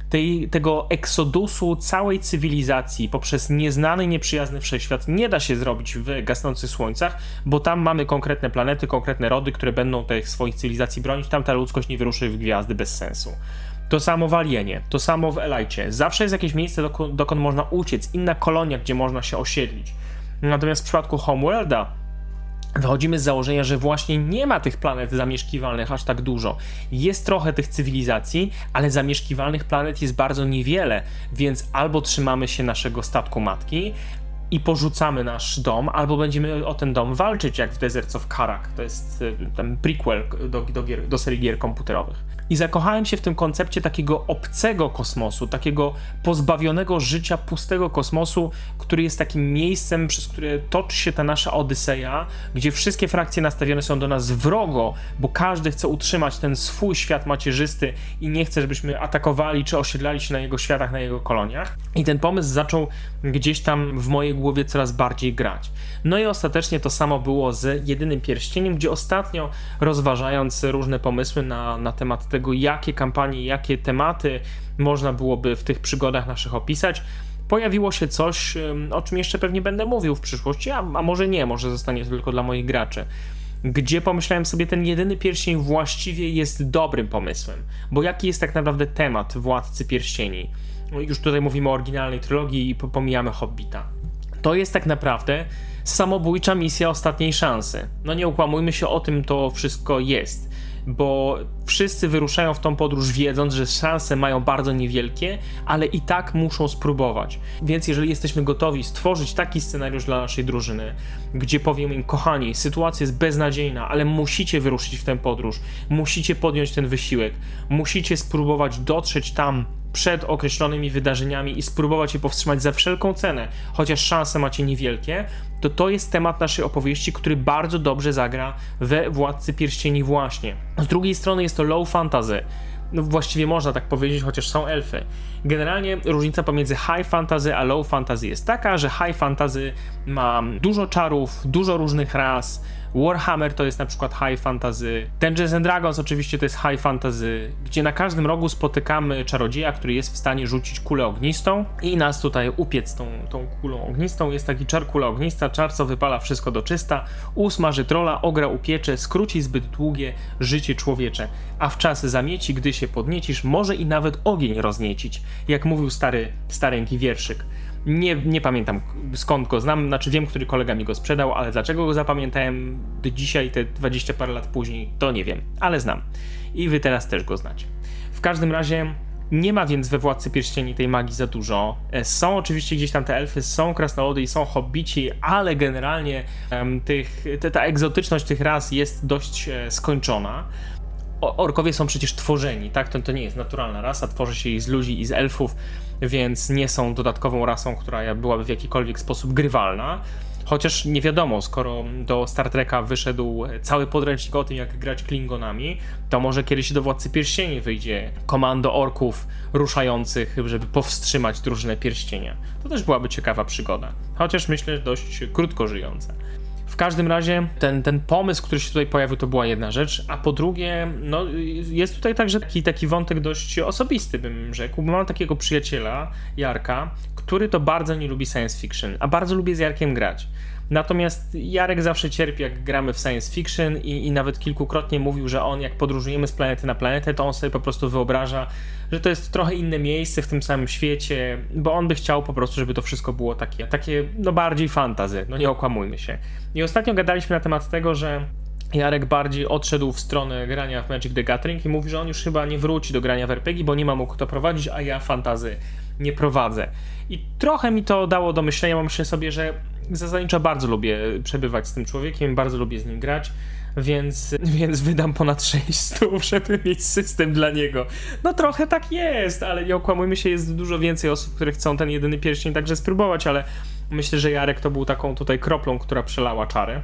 tej, tego eksodusu całej cywilizacji poprzez nieznany, nieprzyjazny wszechświat nie da się zrobić w gasnących słońcach, bo tam mamy konkretne planety, konkretne rody, które będą tych swoich cywilizacji bronić, tam ta ludzkość nie wyruszy w gwiazdy bez sensu. To samo w Alienie, to samo w Elajcie. Zawsze jest jakieś miejsce, dokąd, dokąd można uciec, inna kolonia, gdzie można się osiedlić. Natomiast w przypadku Homeworlda wychodzimy z założenia, że właśnie nie ma tych planet zamieszkiwalnych aż tak dużo. Jest trochę tych cywilizacji, ale zamieszkiwalnych planet jest bardzo niewiele, więc albo trzymamy się naszego statku matki i porzucamy nasz dom, albo będziemy o ten dom walczyć, jak w Deserts of Karak. To jest ten prequel do, do, gier, do serii gier komputerowych. I zakochałem się w tym koncepcie takiego obcego kosmosu, takiego pozbawionego życia, pustego kosmosu, który jest takim miejscem, przez które toczy się ta nasza odyseja, gdzie wszystkie frakcje nastawione są do nas wrogo, bo każdy chce utrzymać ten swój świat macierzysty i nie chce, żebyśmy atakowali czy osiedlali się na jego światach, na jego koloniach. I ten pomysł zaczął gdzieś tam w mojej głowie coraz bardziej grać. No i ostatecznie to samo było z Jedynym Pierścieniem, gdzie ostatnio, rozważając różne pomysły na, na temat tego, jakie kampanie, jakie tematy można byłoby w tych przygodach naszych opisać, pojawiło się coś, o czym jeszcze pewnie będę mówił w przyszłości, a, a może nie, może zostanie to tylko dla moich graczy. Gdzie pomyślałem sobie, ten Jedyny Pierścień właściwie jest dobrym pomysłem, bo jaki jest tak naprawdę temat Władcy Pierścieni? Już tutaj mówimy o oryginalnej trylogii i pomijamy Hobbita. To jest tak naprawdę samobójcza misja ostatniej szansy. No nie ukłamujmy się, o tym to wszystko jest, bo wszyscy wyruszają w tą podróż wiedząc, że szanse mają bardzo niewielkie, ale i tak muszą spróbować. Więc jeżeli jesteśmy gotowi stworzyć taki scenariusz dla naszej drużyny, gdzie powiem im, kochani, sytuacja jest beznadziejna, ale musicie wyruszyć w tę podróż, musicie podjąć ten wysiłek, musicie spróbować dotrzeć tam przed określonymi wydarzeniami i spróbować je powstrzymać za wszelką cenę, chociaż szanse macie niewielkie, to to jest temat naszej opowieści, który bardzo dobrze zagra we Władcy Pierścieni właśnie. Z drugiej strony jest to low fantasy. No właściwie można tak powiedzieć, chociaż są elfy. Generalnie różnica pomiędzy high fantasy a low fantasy jest taka, że high fantasy ma dużo czarów, dużo różnych ras. Warhammer to jest na przykład high fantasy. Dungeons and Dragons oczywiście to jest high fantasy, gdzie na każdym rogu spotykamy czarodzieja, który jest w stanie rzucić kulę ognistą i nas tutaj upiec tą, tą kulą ognistą. Jest taki czar kula ognista, czar co wypala wszystko do czysta, usmaży trola, ogra upiecze, skróci zbyt długie życie człowiecze, a w czas zamieci, gdy się podniecisz, może i nawet ogień rozniecić, jak mówił stary, stareńki wierszyk. Nie, nie pamiętam skąd go znam, znaczy wiem, który kolega mi go sprzedał, ale dlaczego go zapamiętałem do dzisiaj, te dwadzieścia parę lat później, to nie wiem, ale znam. I wy teraz też go znacie. W każdym razie nie ma więc we Władcy Pierścieni tej magii za dużo. Są oczywiście gdzieś tam te elfy, są krasnoludy i są hobbici, ale generalnie um, tych, te, ta egzotyczność tych ras jest dość e, skończona. Orkowie są przecież tworzeni, tak? To, to nie jest naturalna rasa, tworzy się ich z ludzi i z elfów, więc nie są dodatkową rasą, która byłaby w jakikolwiek sposób grywalna. Chociaż nie wiadomo, skoro do Star Treka wyszedł cały podręcznik o tym, jak grać Klingonami, to może kiedyś do Władcy Pierścieni wyjdzie komando orków ruszających, żeby powstrzymać drużynę pierścienia. To też byłaby ciekawa przygoda, chociaż myślę, dość krótko żyjąca. W każdym razie ten, ten pomysł, który się tutaj pojawił, to była jedna rzecz, a po drugie, no, jest tutaj także taki, taki wątek dość osobisty, bym rzekł, bo mam takiego przyjaciela, Jarka, który to bardzo nie lubi science fiction, a bardzo lubię z Jarkiem grać. Natomiast Jarek zawsze cierpi, jak gramy w science fiction i, i nawet kilkukrotnie mówił, że on, jak podróżujemy z planety na planetę, to on sobie po prostu wyobraża, że to jest trochę inne miejsce w tym samym świecie, bo on by chciał po prostu, żeby to wszystko było takie, takie no bardziej fantasy, no nie okłamujmy się. I ostatnio gadaliśmy na temat tego, że Jarek bardziej odszedł w stronę grania w Magic the Gathering i mówi, że on już chyba nie wróci do grania w er pe gie, bo nie ma mu kto prowadzić, a ja fantasy nie prowadzę. I trochę mi to dało do myślenia, bo myślę sobie, że zasadniczo bardzo lubię przebywać z tym człowiekiem, bardzo lubię z nim grać, więc, więc wydam ponad sześćset, żeby mieć system dla niego. No trochę tak jest, ale nie okłamujmy się, jest dużo więcej osób, które chcą ten Jedyny Pierścień także spróbować, ale myślę, że Jarek to był taką tutaj kroplą, która przelała czary.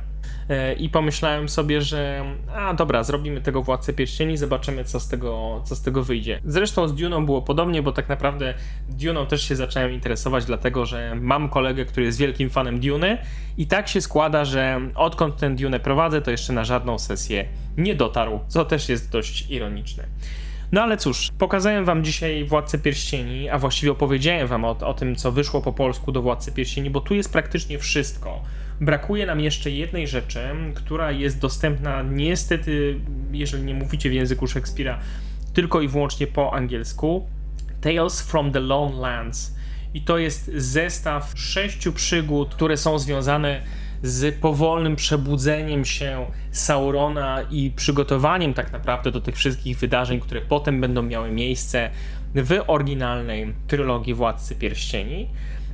I pomyślałem sobie, że a dobra, zrobimy tego Władcę Pierścieni, zobaczymy co z tego, co z tego wyjdzie. Zresztą z Dune'ą było podobnie, bo tak naprawdę Dune'ą też się zacząłem interesować, dlatego że mam kolegę, który jest wielkim fanem Dune'y i tak się składa, że odkąd ten Dune'ę prowadzę, to jeszcze na żadną sesję nie dotarł, co też jest dość ironiczne. No ale cóż, pokazałem wam dzisiaj Władcę Pierścieni, a właściwie opowiedziałem wam o, o tym, co wyszło po polsku do Władcy Pierścieni, bo tu jest praktycznie wszystko. Brakuje nam jeszcze jednej rzeczy, która jest dostępna niestety, jeżeli nie mówicie w języku Szekspira, tylko i wyłącznie po angielsku. Tales from the Lone Lands. I to jest zestaw sześciu przygód, które są związane z powolnym przebudzeniem się Saurona i przygotowaniem tak naprawdę do tych wszystkich wydarzeń, które potem będą miały miejsce w oryginalnej trylogii Władcy Pierścieni.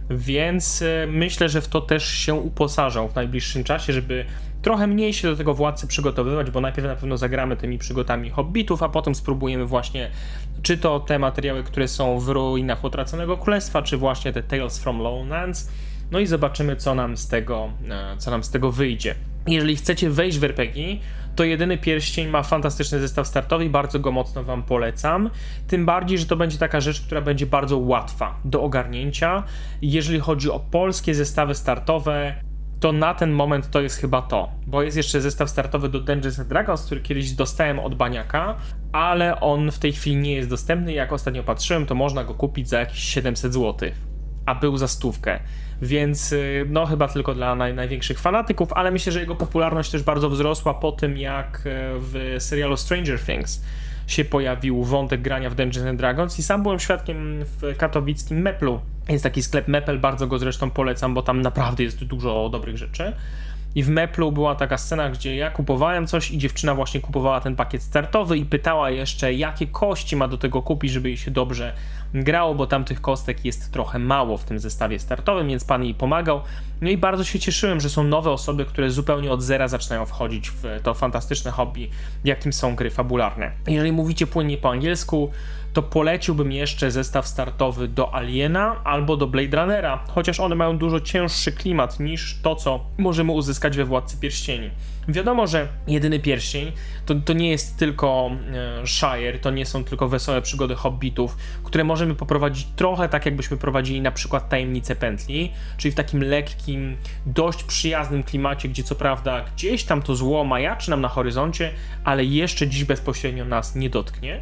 Więc myślę, że w to też się uposażą w najbliższym czasie, żeby trochę mniej się do tego Władcy przygotowywać, bo najpierw na pewno zagramy tymi przygodami Hobbitów, a potem spróbujemy właśnie czy to te materiały, które są w ruinach Utraconego Królestwa, czy właśnie te Tales from Lone Lands. No i zobaczymy, co nam z tego, co nam z tego wyjdzie. Jeżeli chcecie wejść w er pe gie, to Jedyny Pierścień ma fantastyczny zestaw startowy i bardzo go mocno wam polecam. Tym bardziej, że to będzie taka rzecz, która będzie bardzo łatwa do ogarnięcia. Jeżeli chodzi o polskie zestawy startowe, to na ten moment to jest chyba to, bo jest jeszcze zestaw startowy do Dungeons and Dragons, który kiedyś dostałem od Baniaka, ale on w tej chwili nie jest dostępny. Jak ostatnio patrzyłem, to można go kupić za jakieś siedemset złotych, a był za stówkę, więc no chyba tylko dla naj, największych fanatyków, ale myślę, że jego popularność też bardzo wzrosła po tym, jak w serialu Stranger Things się pojawił wątek grania w Dungeons and Dragons i sam byłem świadkiem w katowickim Meplu. Jest taki sklep Mepel, bardzo go zresztą polecam, bo tam naprawdę jest dużo dobrych rzeczy. I w Meplu była taka scena, gdzie ja kupowałem coś i dziewczyna właśnie kupowała ten pakiet startowy i pytała jeszcze, jakie kości ma do tego kupić, żeby jej się dobrze grało, bo tam tych kostek jest trochę mało w tym zestawie startowym, więc pan jej pomagał. No i bardzo się cieszyłem, że są nowe osoby, które zupełnie od zera zaczynają wchodzić w to fantastyczne hobby, jakim są gry fabularne. Jeżeli mówicie płynnie po angielsku, to poleciłbym jeszcze zestaw startowy do Aliena albo do Blade Runnera, chociaż one mają dużo cięższy klimat niż to, co możemy uzyskać we Władcy Pierścieni. Wiadomo, że Jedyny Pierścień to, to nie jest tylko e, Shire, to nie są tylko wesołe przygody hobbitów, które możemy poprowadzić trochę tak, jakbyśmy prowadzili na przykład Tajemnice Pętli, czyli w takim lekkim, dość przyjaznym klimacie, gdzie co prawda gdzieś tam to zło majaczy nam na horyzoncie, ale jeszcze dziś bezpośrednio nas nie dotknie.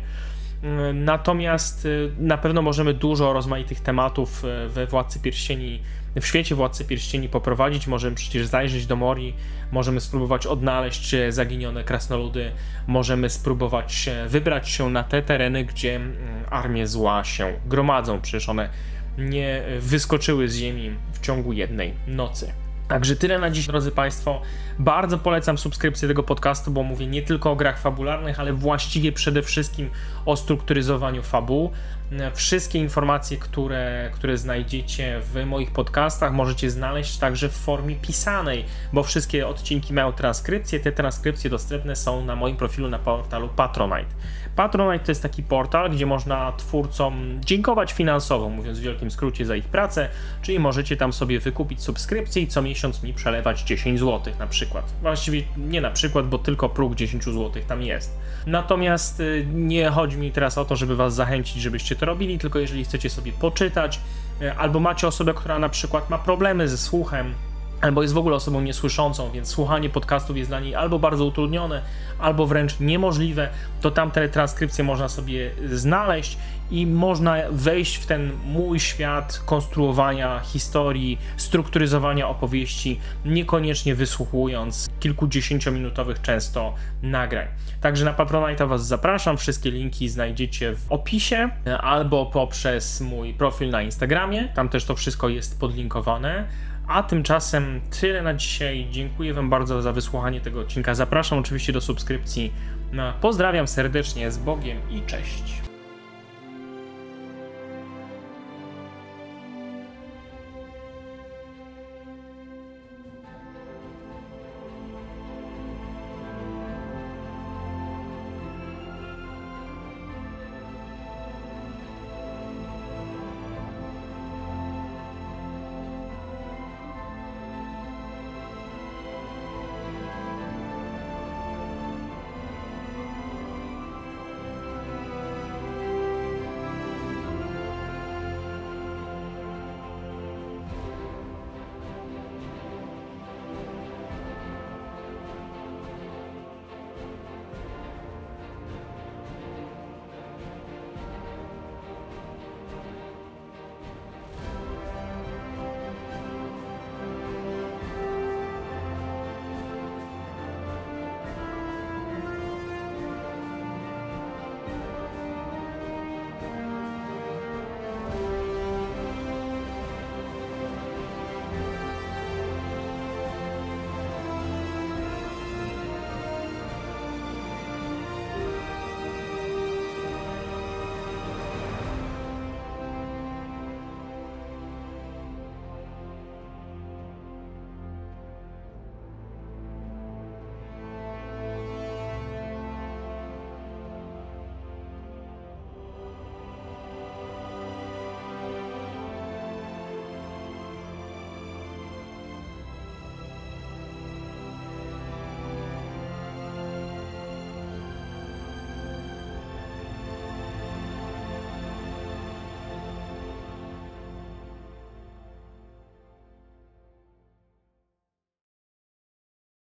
Natomiast na pewno możemy dużo rozmaitych tematów we Władcy Pierścieni, w świecie Władcy Pierścieni poprowadzić. Możemy przecież zajrzeć do Morii, możemy spróbować odnaleźć zaginione krasnoludy, możemy spróbować wybrać się na te tereny, gdzie armie zła się gromadzą, przecież one nie wyskoczyły z ziemi w ciągu jednej nocy. Także tyle na dziś, drodzy Państwo. Bardzo polecam subskrypcję tego podcastu, bo mówię nie tylko o grach fabularnych, ale właściwie przede wszystkim o strukturyzowaniu fabuł. Wszystkie informacje, które, które znajdziecie w moich podcastach, możecie znaleźć także w formie pisanej, bo wszystkie odcinki mają transkrypcję. Te transkrypcje dostępne są na moim profilu na portalu Patronite. Patronite to jest taki portal, gdzie można twórcom dziękować finansowo, mówiąc w wielkim skrócie, za ich pracę, czyli możecie tam sobie wykupić subskrypcję i co miesiąc mi przelewać dziesięć złotych na przykład. Właściwie nie na przykład, bo tylko próg dziesięć złotych tam jest. Natomiast nie chodzi mi teraz o to, żeby was zachęcić, żebyście to robili, tylko jeżeli chcecie sobie poczytać, albo macie osobę, która na przykład ma problemy ze słuchem, albo jest w ogóle osobą niesłyszącą, więc słuchanie podcastów jest dla niej albo bardzo utrudnione, albo wręcz niemożliwe, to tam te transkrypcje można sobie znaleźć i można wejść w ten mój świat konstruowania historii, strukturyzowania opowieści, niekoniecznie wysłuchując kilkudziesięciominutowych często nagrań. Także na Patronite'a was zapraszam, wszystkie linki znajdziecie w opisie albo poprzez mój profil na Instagramie, tam też to wszystko jest podlinkowane. A tymczasem tyle na dzisiaj. Dziękuję wam bardzo za wysłuchanie tego odcinka. Zapraszam oczywiście do subskrypcji. Pozdrawiam serdecznie, z Bogiem i cześć.